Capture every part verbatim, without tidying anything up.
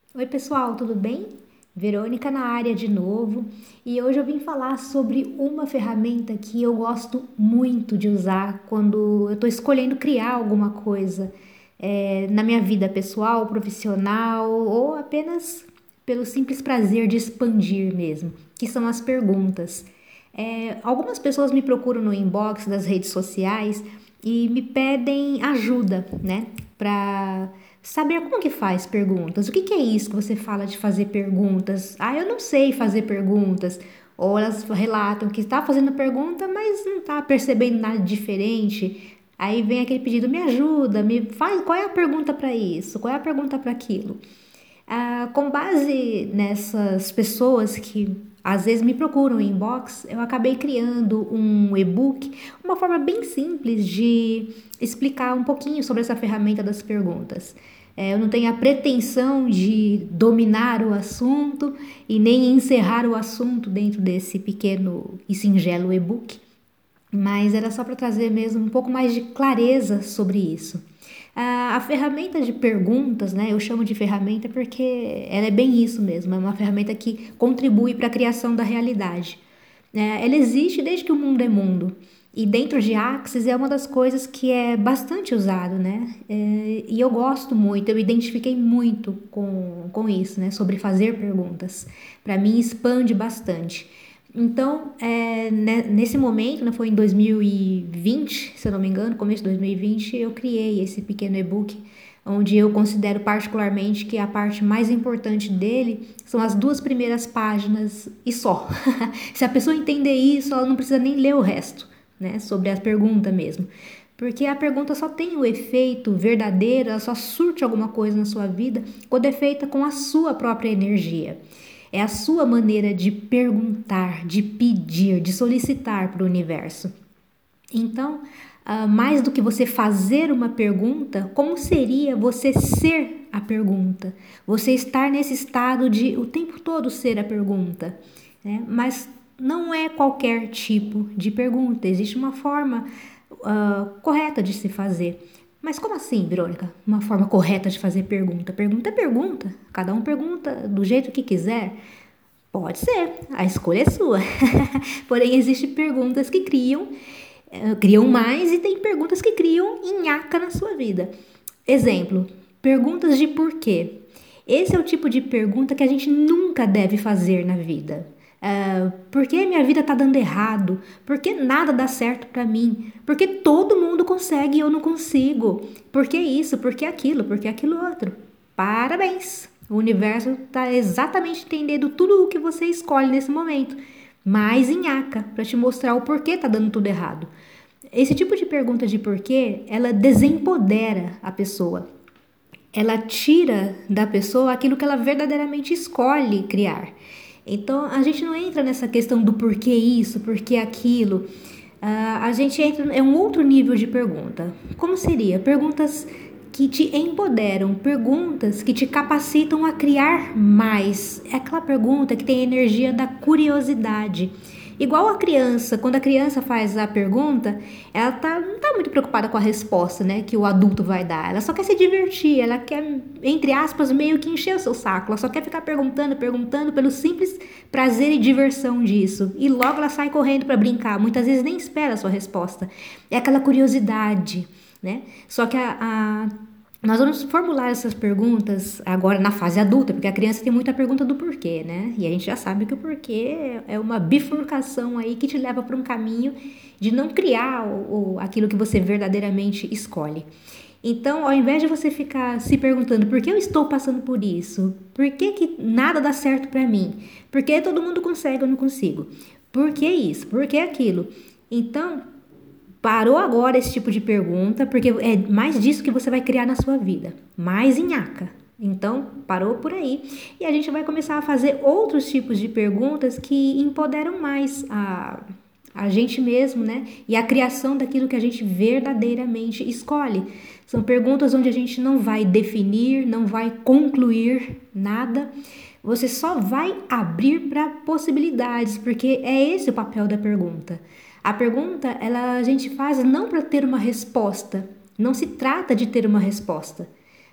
Oi, pessoal, tudo bem? Verônica na área de novo e hoje eu vim falar sobre uma ferramenta que eu gosto muito de usar quando eu estou escolhendo criar alguma coisa eh, na minha vida pessoal, profissional ou apenas pelo simples prazer de expandir mesmo, que são as perguntas. É, algumas pessoas me procuram no inbox das redes sociais e me pedem ajuda, né? Para saber como que faz perguntas. O que, que é isso que você fala de fazer perguntas? Ah, eu não sei fazer perguntas. Ou elas relatam que está fazendo pergunta, mas não está percebendo nada diferente. Aí vem aquele pedido, me ajuda, me faz, qual é a pergunta para isso? Qual é a pergunta para aquilo? Ah, com base nessas pessoas que às vezes me procuram em inbox, eu acabei criando um e-book, uma forma bem simples de explicar um pouquinho sobre essa ferramenta das perguntas. É, eu não tenho a pretensão de dominar o assunto e nem encerrar o assunto dentro desse pequeno e singelo e-book, mas era só para trazer mesmo um pouco mais de clareza sobre isso. A, a ferramenta de perguntas, né? Eu chamo de ferramenta porque ela é bem isso mesmo, é uma ferramenta que contribui para a criação da realidade. É, ela existe desde que o mundo é mundo. E dentro de Axis é uma das coisas que é bastante usado, né? É, e eu gosto muito, eu identifiquei muito com, com isso, né? Sobre fazer perguntas. Para mim expande bastante. Então, é, né, nesse momento, né, foi em dois mil e vinte, se eu não me engano, começo de dois mil e vinte, eu criei esse pequeno e-book, onde eu considero particularmente que a parte mais importante dele são as duas primeiras páginas e só. Se a pessoa entender isso, ela não precisa nem ler o resto, né, sobre a pergunta mesmo. Porque a pergunta só tem o efeito verdadeiro, ela só surte alguma coisa na sua vida quando é feita com a sua própria energia. É a sua maneira de perguntar, de pedir, de solicitar para o universo. Então, uh, mais do que você fazer uma pergunta, como seria você ser a pergunta? Você estar nesse estado de o tempo todo ser a pergunta, né? Mas não é qualquer tipo de pergunta, existe uma forma uh, correta de se fazer. Mas como assim, Verônica? Uma forma correta de fazer pergunta? Pergunta é pergunta. Cada um pergunta do jeito que quiser. Pode ser, a escolha é sua. Porém, existem perguntas que criam, eh, criam mais e tem perguntas que criam nhaca na sua vida. Exemplo, perguntas de porquê. Esse é o tipo de pergunta que a gente nunca deve fazer na vida. Uh, por que minha vida tá dando errado? Por que nada dá certo para mim? Por que todo mundo consegue e eu não consigo? Por que isso? Por que aquilo? Por que aquilo outro? Parabéns! O universo está exatamente entendendo tudo o que você escolhe nesse momento, mais nhaca, para te mostrar o porquê tá dando tudo errado. Esse tipo de pergunta de porquê, ela desempodera a pessoa. Ela tira da pessoa aquilo que ela verdadeiramente escolhe criar. Então, a gente não entra nessa questão do porquê isso, porquê aquilo. Uh, a gente entra é um outro nível de pergunta. Como seria? Perguntas que te empoderam, perguntas que te capacitam a criar mais. É aquela pergunta que tem a energia da curiosidade. Igual a criança, quando a criança faz a pergunta, ela tá, não tá muito preocupada com a resposta, né, que o adulto vai dar. Ela só quer se divertir, ela quer, entre aspas, meio que encher o seu saco. Ela só quer ficar perguntando, perguntando pelo simples prazer e diversão disso. E logo ela sai correndo para brincar. Muitas vezes nem espera a sua resposta. É aquela curiosidade, né? Só que a, a nós vamos formular essas perguntas agora na fase adulta, porque a criança tem muita pergunta do porquê, né? E a gente já sabe que o porquê é uma bifurcação aí que te leva para um caminho de não criar o, o, aquilo que você verdadeiramente escolhe. Então, ao invés de você ficar se perguntando por que eu estou passando por isso, por que, que nada dá certo para mim, por que todo mundo consegue e eu não consigo, por que isso, por que aquilo, então parou agora esse tipo de pergunta, porque é mais disso que você vai criar na sua vida, mais nhaca. Então, parou por aí. E a gente vai começar a fazer outros tipos de perguntas que empoderam mais a, a gente mesmo, né? E a criação daquilo que a gente verdadeiramente escolhe. São perguntas onde a gente não vai definir, não vai concluir nada. Você só vai abrir para possibilidades, porque é esse o papel da pergunta. A pergunta, ela, a gente faz não para ter uma resposta. Não se trata de ter uma resposta.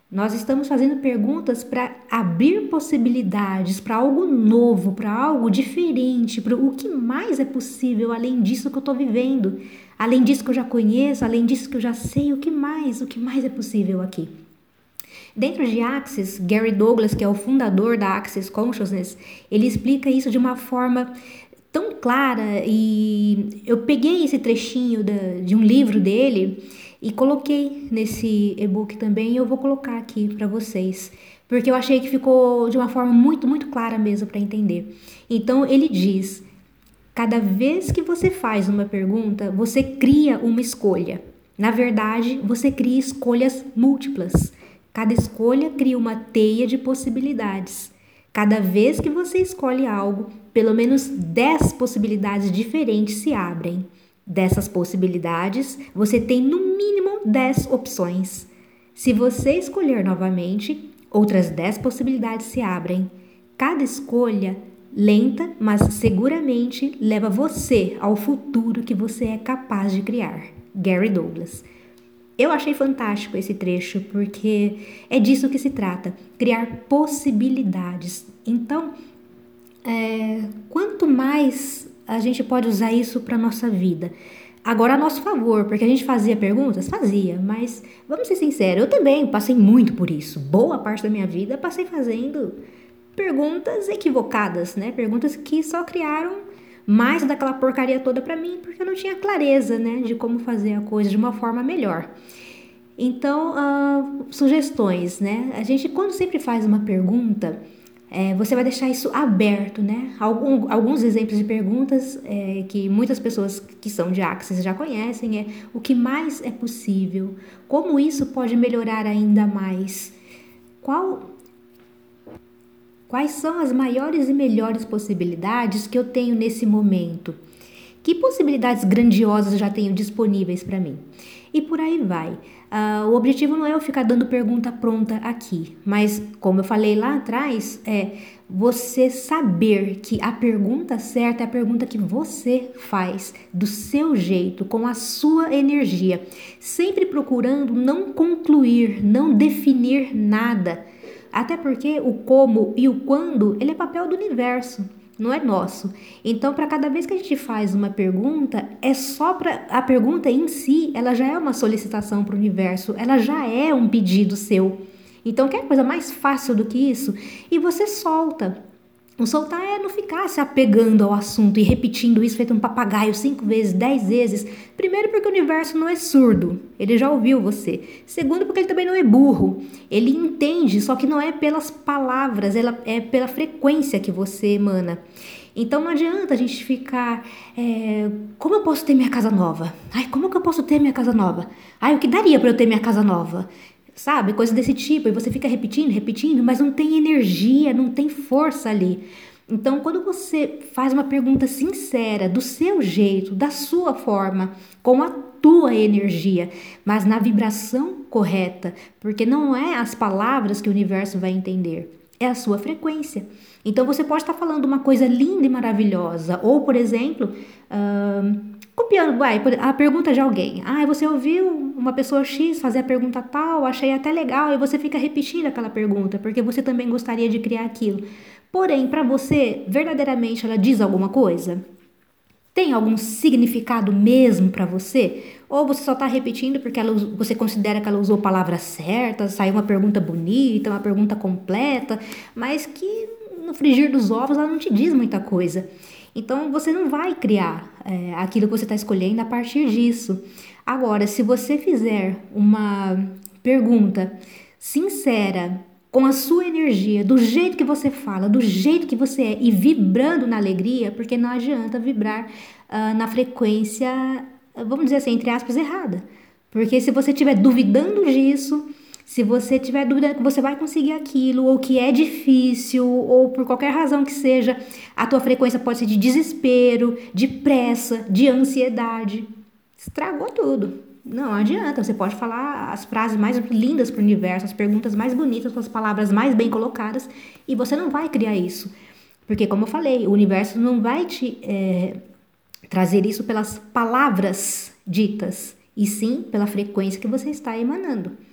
Nós estamos fazendo perguntas para abrir possibilidades, para algo novo, para algo diferente, para o que mais é possível além disso que eu estou vivendo, além disso que eu já conheço, além disso que eu já sei, o que mais, o que mais é possível aqui. Dentro de Access, Gary Douglas, que é o fundador da Access Consciousness, ele explica isso de uma forma tão clara, e eu peguei esse trechinho da, de um livro dele e coloquei nesse e-book também, e eu vou colocar aqui para vocês, porque eu achei que ficou de uma forma muito, muito clara mesmo para entender. Então ele diz: cada vez que você faz uma pergunta, você cria uma escolha. Na verdade, você cria escolhas múltiplas. Cada escolha cria uma teia de possibilidades. Cada vez que você escolhe algo, pelo menos dez possibilidades diferentes se abrem. Dessas possibilidades, você tem no mínimo dez opções. Se você escolher novamente, outras dez possibilidades se abrem. Cada escolha, lenta, mas seguramente, leva você ao futuro que você é capaz de criar. Gary Douglas. Eu achei fantástico esse trecho, porque é disso que se trata, criar possibilidades. Então, é, quanto mais a gente pode usar isso para a nossa vida, agora a nosso favor, porque a gente fazia perguntas? Fazia, mas vamos ser sinceros, eu também passei muito por isso. Boa parte da minha vida passei fazendo perguntas equivocadas, né? Perguntas que só criaram mais daquela porcaria toda para mim, porque eu não tinha clareza, né, de como fazer a coisa de uma forma melhor. Então, uh, sugestões, né? A gente, quando sempre faz uma pergunta, é, você vai deixar isso aberto, né? Algum, alguns exemplos de perguntas é, que muitas pessoas que são de Access já conhecem é: o que mais é possível? Como isso pode melhorar ainda mais? Qual... Quais são as maiores e melhores possibilidades que eu tenho nesse momento? Que possibilidades grandiosas eu já tenho disponíveis para mim? E por aí vai. Uh, o objetivo não é eu ficar dando pergunta pronta aqui, mas como eu falei lá atrás, é você saber que a pergunta certa é a pergunta que você faz do seu jeito, com a sua energia, sempre procurando não concluir, não definir nada. Até porque o como e o quando, ele é papel do universo, não é nosso. Então, para cada vez que a gente faz uma pergunta, é só para a pergunta em si, ela já é uma solicitação para o universo, ela já é um pedido seu. Então, quer coisa mais fácil do que isso? E você solta. O soltar é não ficar se apegando ao assunto e repetindo isso feito um papagaio cinco vezes, dez vezes. Primeiro, porque o universo não é surdo, ele já ouviu você. Segundo, porque ele também não é burro, ele entende, só que não é pelas palavras, ela é pela frequência que você emana. Então não adianta a gente ficar, é, como eu posso ter minha casa nova? Ai, como que eu posso ter minha casa nova? Ai, o que daria para eu ter minha casa nova? Sabe, coisas desse tipo, e você fica repetindo, repetindo, mas não tem energia, não tem força ali. Então, quando você faz uma pergunta sincera, do seu jeito, da sua forma, com a tua energia, mas na vibração correta, porque não é as palavras que o universo vai entender, é a sua frequência. Então, você pode estar falando uma coisa linda e maravilhosa, ou, por exemplo, hum, copiando, vai, a pergunta de alguém. Ah, você ouviu uma pessoa X fazer a pergunta tal, achei até legal, e você fica repetindo aquela pergunta, porque você também gostaria de criar aquilo. Porém, para você, verdadeiramente ela diz alguma coisa? Tem algum significado mesmo para você? Ou você só está repetindo porque ela, você considera que ela usou palavras certas, saiu uma pergunta bonita, uma pergunta completa, mas que no frigir dos ovos ela não te diz muita coisa. Então, você não vai criar é, aquilo que você está escolhendo a partir disso. Agora, se você fizer uma pergunta sincera, com a sua energia, do jeito que você fala, do jeito que você é, e vibrando na alegria, porque não adianta vibrar uh, na frequência, vamos dizer assim, entre aspas, errada. Porque se você estiver duvidando disso, se você tiver dúvida que você vai conseguir aquilo, ou que é difícil, ou por qualquer razão que seja, a tua frequência pode ser de desespero, de pressa, de ansiedade. Estragou tudo. Não adianta, você pode falar as frases mais lindas para o universo, as perguntas mais bonitas, com as palavras mais bem colocadas, e você não vai criar isso. Porque, como eu falei, o universo não vai te é, trazer isso pelas palavras ditas, e sim pela frequência que você está emanando.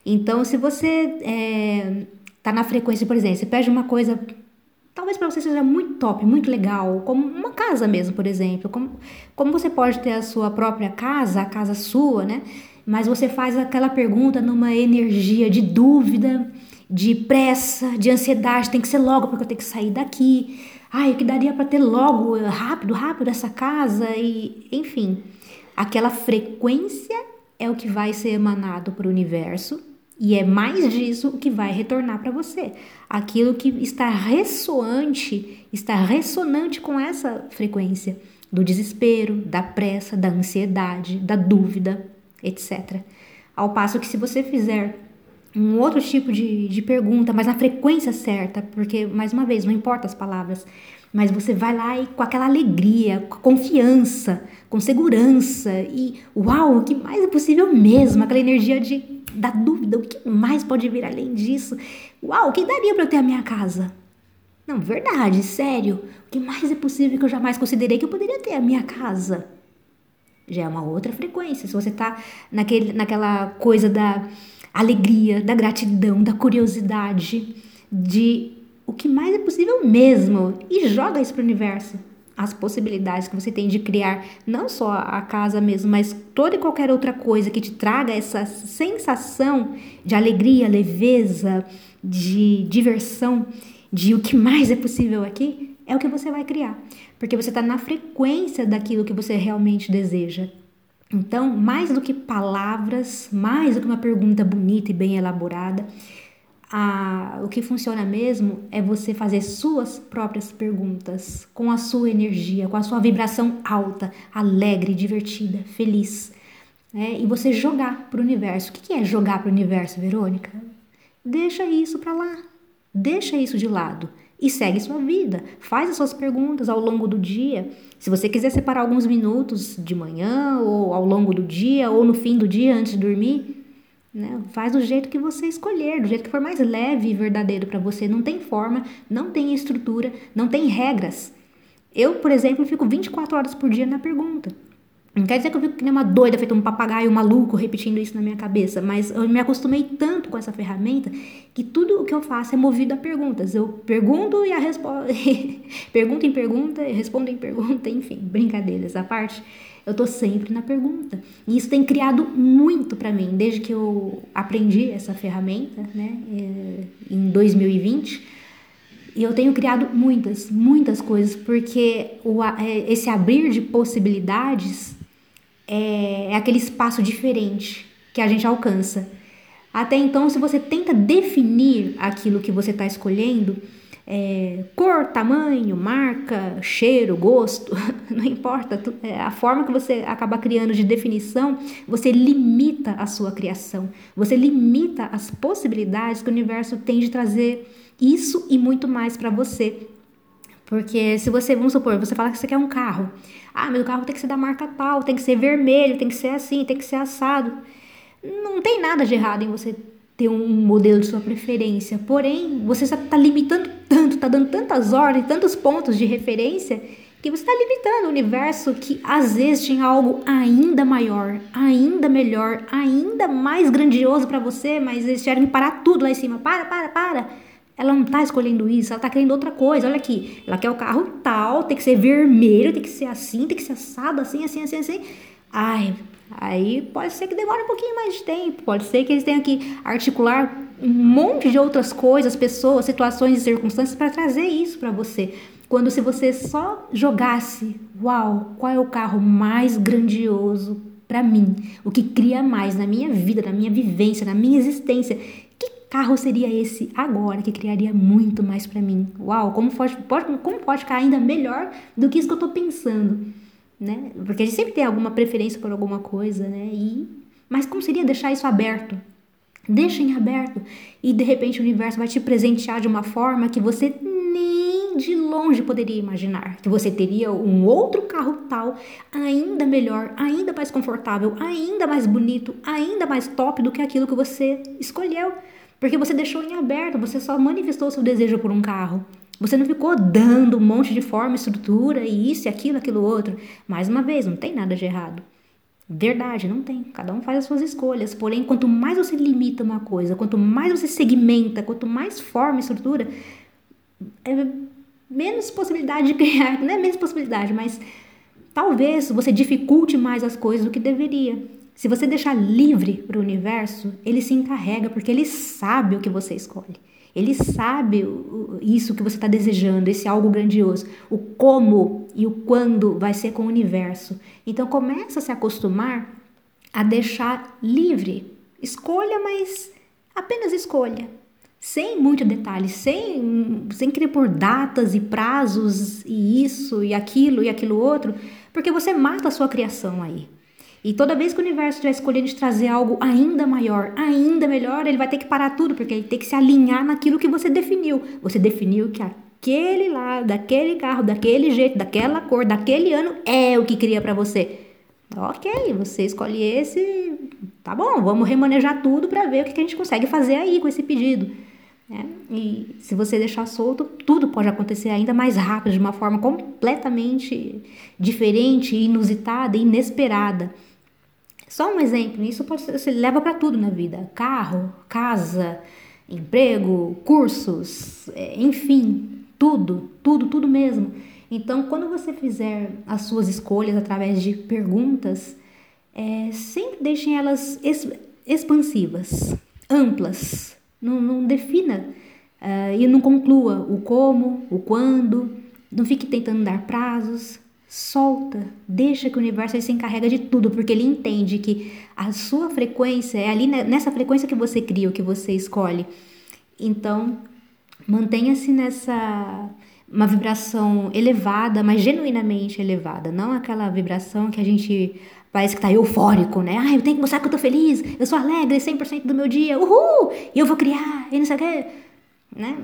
Então, se você é, tá na frequência, por exemplo, você pede uma coisa, talvez para você seja muito top, muito legal, como uma casa mesmo, por exemplo. Como, como você pode ter a sua própria casa, a casa sua, né? Mas você faz aquela pergunta numa energia de dúvida, de pressa, de ansiedade, tem que ser logo porque eu tenho que sair daqui. Ai, o que daria para ter logo, rápido, rápido essa casa e, enfim, aquela frequência é o que vai ser emanado para o universo e é mais disso o que vai retornar para você. Aquilo que está ressoante, está ressonante com essa frequência do desespero, da pressa, da ansiedade, da dúvida, etcétera. Ao passo que se você fizer um outro tipo de, de pergunta, mas na frequência certa, porque, mais uma vez, não importa as palavras, mas você vai lá e com aquela alegria, com confiança, com segurança e, uau, o que mais é possível mesmo, aquela energia de, da dúvida, o que mais pode vir além disso? Uau, o que daria para eu ter a minha casa? Não, verdade, sério, o que mais é possível que eu jamais considerei que eu poderia ter a minha casa? Já é uma outra frequência, se você tá naquele, naquela coisa da alegria, da gratidão, da curiosidade, de o que mais é possível mesmo e joga isso para o universo. As possibilidades que você tem de criar não só a casa mesmo, mas toda e qualquer outra coisa que te traga essa sensação de alegria, leveza, de diversão, de o que mais é possível aqui, é o que você vai criar. Porque você está na frequência daquilo que você realmente deseja. Então, mais do que palavras, mais do que uma pergunta bonita e bem elaborada, a, o que funciona mesmo é você fazer suas próprias perguntas, com a sua energia, com a sua vibração alta, alegre, divertida, feliz. Né? E você jogar para o universo. O que é jogar para o universo, Verônica? Deixa isso para lá, deixa isso de lado. E segue sua vida, faz as suas perguntas ao longo do dia. Se você quiser separar alguns minutos de manhã, ou ao longo do dia, ou no fim do dia, antes de dormir, né? Faz do jeito que você escolher, do jeito que for mais leve e verdadeiro para você. Não tem forma, não tem estrutura, não tem regras. Eu, por exemplo, fico vinte e quatro horas por dia na pergunta. Não quer dizer que eu fico que nem uma doida, feito um papagaio maluco, repetindo isso na minha cabeça, mas eu me acostumei tanto com essa ferramenta que tudo o que eu faço é movido a perguntas. Eu pergunto e a resposta... pergunta em pergunta, respondo em pergunta, enfim, brincadeiras à parte. Eu tô sempre na pergunta. E isso tem criado muito para mim, desde que eu aprendi essa ferramenta, né, em dois mil e vinte. E eu tenho criado muitas, muitas coisas, porque o, esse abrir de possibilidades é, é aquele espaço diferente que a gente alcança. Até então, se você tenta definir aquilo que você está escolhendo, é, cor, tamanho, marca, cheiro, gosto, não importa, a forma que você acaba criando de definição, você limita a sua criação, você limita as possibilidades que o universo tem de trazer isso e muito mais para você. Porque se você, vamos supor, você fala que você quer um carro. Ah, mas o carro tem que ser da marca tal, tem que ser vermelho, tem que ser assim, tem que ser assado. Não tem nada de errado em você ter um modelo de sua preferência. Porém, você está limitando tanto, está dando tantas ordens, tantos pontos de referência, que você está limitando o universo que às vezes tinha algo ainda maior, ainda melhor, ainda mais grandioso para você, mas eles tiveram que parar tudo lá em cima. Para, para, para. Ela não tá escolhendo isso, ela tá querendo outra coisa. Olha aqui, ela quer o carro tal, tem que ser vermelho, tem que ser assim, tem que ser assado, assim, assim, assim, assim. Ai, aí pode ser que demore um pouquinho mais de tempo, pode ser que eles tenham que articular um monte de outras coisas, pessoas, situações e circunstâncias para trazer isso para você. Quando se você só jogasse, uau, qual é o carro mais grandioso para mim? O que cria mais na minha vida, na minha vivência, na minha existência? Carro seria esse agora que criaria muito mais para mim? Uau, como pode, pode, como pode ficar ainda melhor do que isso que eu tô pensando, né? Porque a gente sempre tem alguma preferência por alguma coisa, né? E, mas como seria deixar isso aberto? Deixa em aberto e de repente o universo vai te presentear de uma forma que você nem de longe poderia imaginar. Que você teria um outro carro tal, ainda melhor, ainda mais confortável, ainda mais bonito, ainda mais top do que aquilo que você escolheu. Porque você deixou em aberto, você só manifestou seu desejo por um carro. Você não ficou dando um monte de forma, estrutura, e isso, e aquilo, aquilo outro. Mais uma vez, não tem nada de errado. Verdade, não tem. Cada um faz as suas escolhas. Porém, quanto mais você limita uma coisa, quanto mais você segmenta, quanto mais forma e estrutura, é menos possibilidade de criar. Não é menos possibilidade, mas talvez você dificulte mais as coisas do que deveria. Se você deixar livre para o universo, ele se encarrega, porque ele sabe o que você escolhe. Ele sabe isso que você está desejando, esse algo grandioso. O como e o quando vai ser com o universo. Então começa a se acostumar a deixar livre. Escolha, mas apenas escolha. Sem muito detalhe, sem, sem querer pôr datas e prazos e isso e aquilo e aquilo outro, porque você mata a sua criação aí. E toda vez que o universo estiver escolhendo te trazer algo ainda maior, ainda melhor, ele vai ter que parar tudo, porque ele tem que se alinhar naquilo que você definiu. Você definiu que aquele lá, daquele carro, daquele jeito, daquela cor, daquele ano, é o que queria para você. Ok, você escolhe esse, tá bom, vamos remanejar tudo para ver o que a gente consegue fazer aí com esse pedido. É, e se você deixar solto, tudo pode acontecer ainda mais rápido, de uma forma completamente diferente, inusitada e inesperada. Só um exemplo, isso pode ser, você leva para tudo na vida: carro, casa, emprego, cursos, enfim, tudo, tudo, tudo mesmo. Então, quando você fizer as suas escolhas através de perguntas, é, sempre deixem elas expansivas, amplas. Não, não defina uh, e não conclua o como, o quando. Não fique tentando dar prazos. Solta, deixa que o universo ele se encarrega de tudo, porque ele entende que a sua frequência é ali nessa frequência que você cria, o que você escolhe. Então, mantenha-se nessa uma vibração elevada, mas genuinamente elevada, não aquela vibração que a gente parece que tá eufórico, né? Ah, eu tenho que mostrar que eu tô feliz, eu sou alegre cem por cento do meu dia, uhul, e eu vou criar, e não sei o quê, né?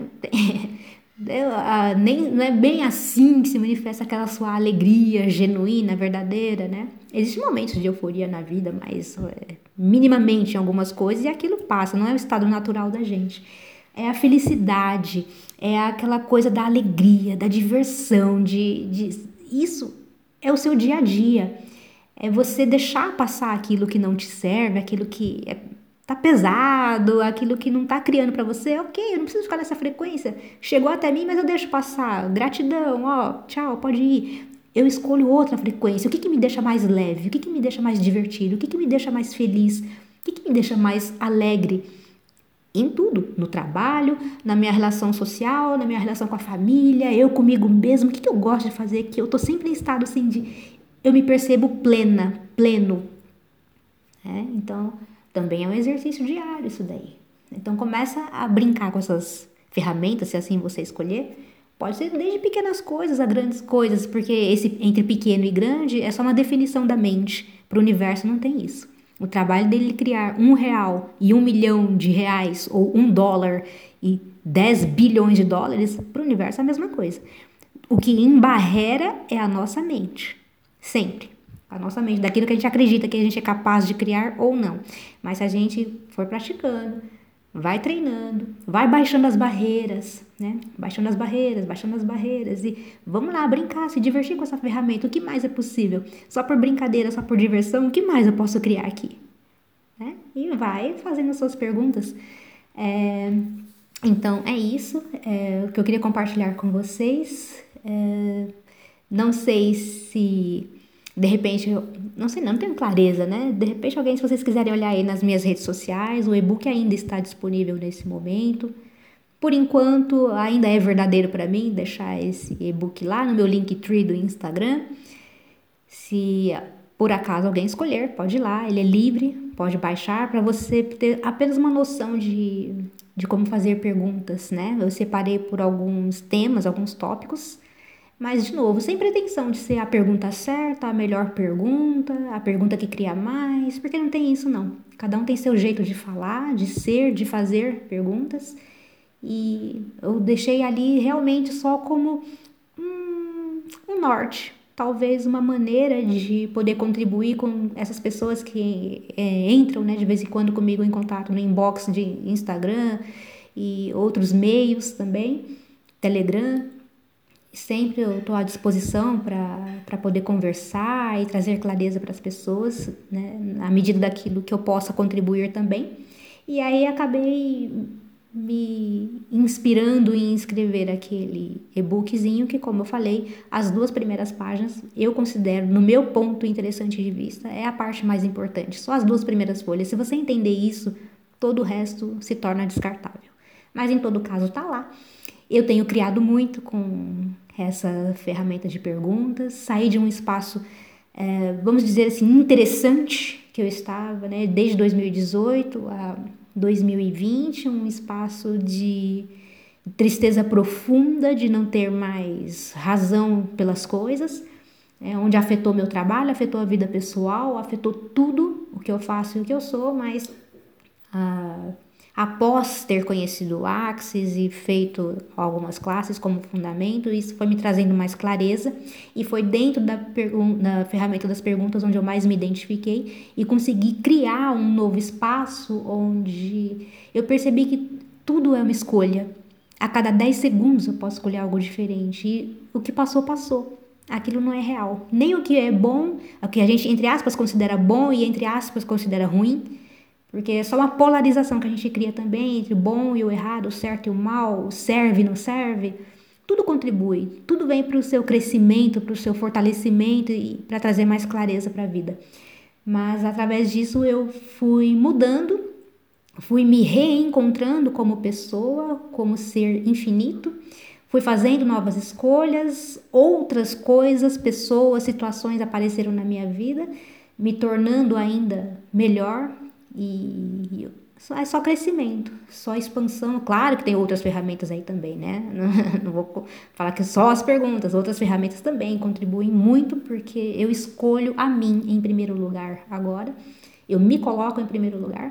Nem, não é bem assim que se manifesta aquela sua alegria genuína, verdadeira, né? Existem momentos de euforia na vida, mas é, minimamente em algumas coisas, e aquilo passa, não é o estado natural da gente. É a felicidade, é aquela coisa da alegria, da diversão, de, de isso é o seu dia a dia. É você deixar passar aquilo que não te serve, aquilo que é, tá pesado, aquilo que não tá criando para você. Ok, eu não preciso ficar nessa frequência. Chegou até mim, mas eu deixo passar. Gratidão, ó, tchau, pode ir. Eu escolho outra frequência. O que que me deixa mais leve? O que que me deixa mais divertido? O que que me deixa mais feliz? O que que me deixa mais alegre? Em tudo, no trabalho, na minha relação social, na minha relação com a família, eu comigo mesmo. O que que eu gosto de fazer? Que eu tô sempre em estado assim de... Eu me percebo plena, pleno. É, então... Também é um exercício diário isso daí. Então começa a brincar com essas ferramentas, se assim você escolher. Pode ser desde pequenas coisas a grandes coisas, porque esse entre pequeno e grande é só uma definição da mente. Para o universo não tem isso. O trabalho dele criar um real e um milhão de reais, ou um dólar e dez bilhões de dólares, para o universo é a mesma coisa. O que embarrera é a nossa mente. Sempre. A nossa mente, daquilo que a gente acredita que a gente é capaz de criar ou não. Mas se a gente for praticando, vai treinando, vai baixando as barreiras, né? Baixando as barreiras, baixando as barreiras e vamos lá brincar, se divertir com essa ferramenta. O que mais é possível? Só por brincadeira, só por diversão, o que mais eu posso criar aqui? Né? E vai fazendo as suas perguntas. É... Então, é isso é, o que eu queria compartilhar com vocês. É... Não sei se... De repente, eu não sei não, não tenho clareza, né? De repente alguém, se vocês quiserem olhar aí nas minhas redes sociais, o e-book ainda está disponível nesse momento. Por enquanto, ainda é verdadeiro para mim deixar esse e-book lá no meu Linktree do Instagram. Se por acaso alguém escolher, pode ir lá, ele é livre, pode baixar para você ter apenas uma noção de, de como fazer perguntas, né? Eu separei por alguns temas, alguns tópicos. Mas, de novo, sem pretensão de ser a pergunta certa, a melhor pergunta, a pergunta que cria mais, porque não tem isso não. Cada um tem seu jeito de falar, de ser, de fazer perguntas. E eu deixei ali realmente só como um, um norte, talvez uma maneira de poder contribuir com essas pessoas que é, entram, né, de vez em quando comigo em contato no inbox de Instagram e outros meios também, Telegram. Sempre eu estou à disposição para poder conversar e trazer clareza para as pessoas, né, à medida daquilo que eu possa contribuir também. E aí acabei me inspirando em escrever aquele e-bookzinho que, como eu falei, as duas primeiras páginas eu considero, no meu ponto interessante de vista, é a parte mais importante. Só as duas primeiras folhas. Se você entender isso, todo o resto se torna descartável. Mas em todo caso tá lá. Eu tenho criado muito com essa ferramenta de perguntas, saí de um espaço, é, vamos dizer assim, interessante que eu estava, né, desde dois mil e dezoito a dois mil e vinte, um espaço de tristeza profunda, de não ter mais razão pelas coisas, é, onde afetou meu trabalho, afetou a vida pessoal, afetou tudo o que eu faço e o que eu sou, mas ah, após ter conhecido o Axis e feito algumas classes como fundamento, isso foi me trazendo mais clareza e foi dentro da, da ferramenta das perguntas onde eu mais me identifiquei e consegui criar um novo espaço onde eu percebi que tudo é uma escolha. A cada dez segundos eu posso escolher algo diferente e o que passou, passou. Aquilo não é real. Nem o que é bom, o que a gente, entre aspas, considera bom e, entre aspas, considera ruim, porque é só uma polarização que a gente cria também entre o bom e o errado, o certo e o mal, o serve e não serve. Tudo contribui, tudo vem para o seu crescimento, para o seu fortalecimento e para trazer mais clareza para a vida. Mas através disso eu fui mudando, fui me reencontrando como pessoa, como ser infinito, fui fazendo novas escolhas, outras coisas, pessoas, situações apareceram na minha vida, me tornando ainda melhor. E é só crescimento, só expansão. Claro que tem outras ferramentas aí também, né? Não, não vou falar que só as perguntas, outras ferramentas também contribuem muito, porque eu escolho a mim em primeiro lugar agora, eu me coloco em primeiro lugar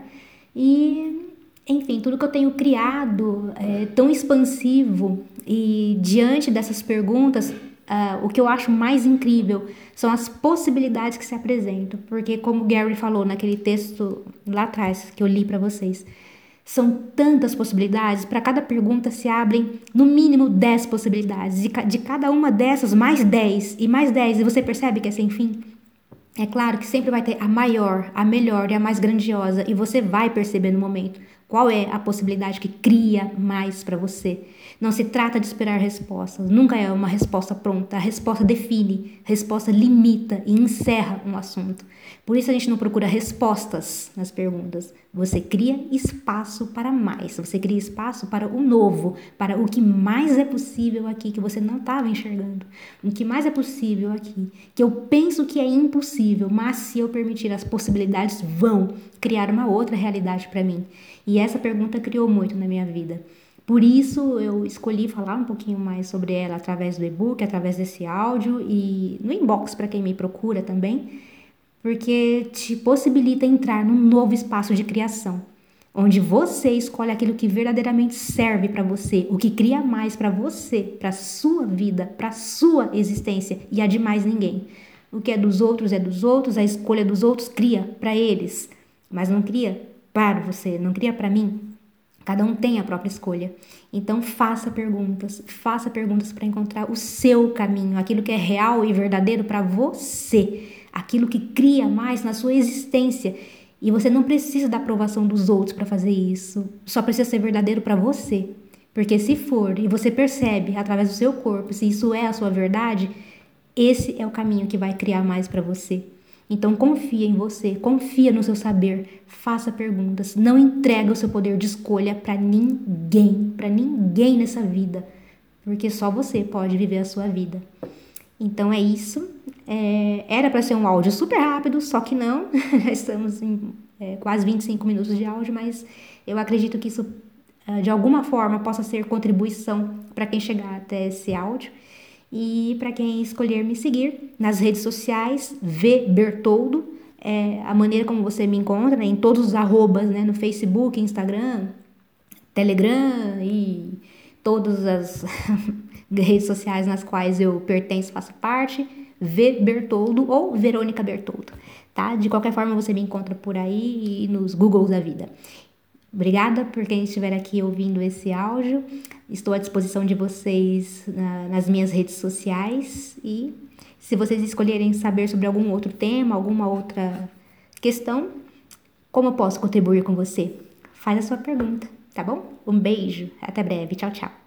e, enfim, tudo que eu tenho criado é tão expansivo e diante dessas perguntas, Uh, o que eu acho mais incrível são as possibilidades que se apresentam, porque como o Gary falou naquele texto lá atrás que eu li para vocês, são tantas possibilidades, para cada pergunta se abrem no mínimo dez possibilidades, de, de cada uma dessas mais dez e mais dez, e você percebe que é sem fim? É claro que sempre vai ter a maior, a melhor e a mais grandiosa, e você vai perceber no momento qual é a possibilidade que cria mais para você. Não se trata de esperar respostas, nunca é uma resposta pronta. A resposta define, a resposta limita e encerra um assunto. Por isso a gente não procura respostas nas perguntas. Você cria espaço para mais, você cria espaço para o novo, para o que mais é possível aqui que você não estava enxergando. O que mais é possível aqui, que eu penso que é impossível, mas se eu permitir, as possibilidades vão criar uma outra realidade para mim. E essa pergunta criou muito na minha vida. Por isso eu escolhi falar um pouquinho mais sobre ela através do e-book, através desse áudio e no inbox para quem me procura também, porque te possibilita entrar num novo espaço de criação, onde você escolhe aquilo que verdadeiramente serve para você, o que cria mais para você, para a sua vida, para a sua existência e a de mais ninguém. O que é dos outros é dos outros, a escolha dos outros cria para eles, mas não cria para você, não cria para mim. Cada um tem a própria escolha. Então faça perguntas, faça perguntas para encontrar o seu caminho, aquilo que é real e verdadeiro para você, aquilo que cria mais na sua existência. E você não precisa da aprovação dos outros para fazer isso, só precisa ser verdadeiro para você. Porque se for, e você percebe através do seu corpo, se isso é a sua verdade, esse é o caminho que vai criar mais para você. Então confia em você, confia no seu saber, faça perguntas, não entrega o seu poder de escolha para ninguém, para ninguém nessa vida, porque só você pode viver a sua vida. Então é isso, é, era para ser um áudio super rápido, só que não, já estamos em é, quase vinte e cinco minutos de áudio, mas eu acredito que isso de alguma forma possa ser contribuição para quem chegar até esse áudio. E para quem escolher me seguir nas redes sociais, V Bertoldo, é a maneira como você me encontra, né, em todos os arrobas, né, no Facebook, Instagram, Telegram e todas as redes sociais nas quais eu pertenço, faço parte, V Bertoldo ou Verônica Bertoldo, tá? De qualquer forma você me encontra por aí e nos Googles da vida. Obrigada por quem estiver aqui ouvindo esse áudio. Estou à disposição de vocês na, nas minhas redes sociais e se vocês escolherem saber sobre algum outro tema, alguma outra questão, como eu posso contribuir com você? Faz a sua pergunta, tá bom? Um beijo, até breve, tchau, tchau.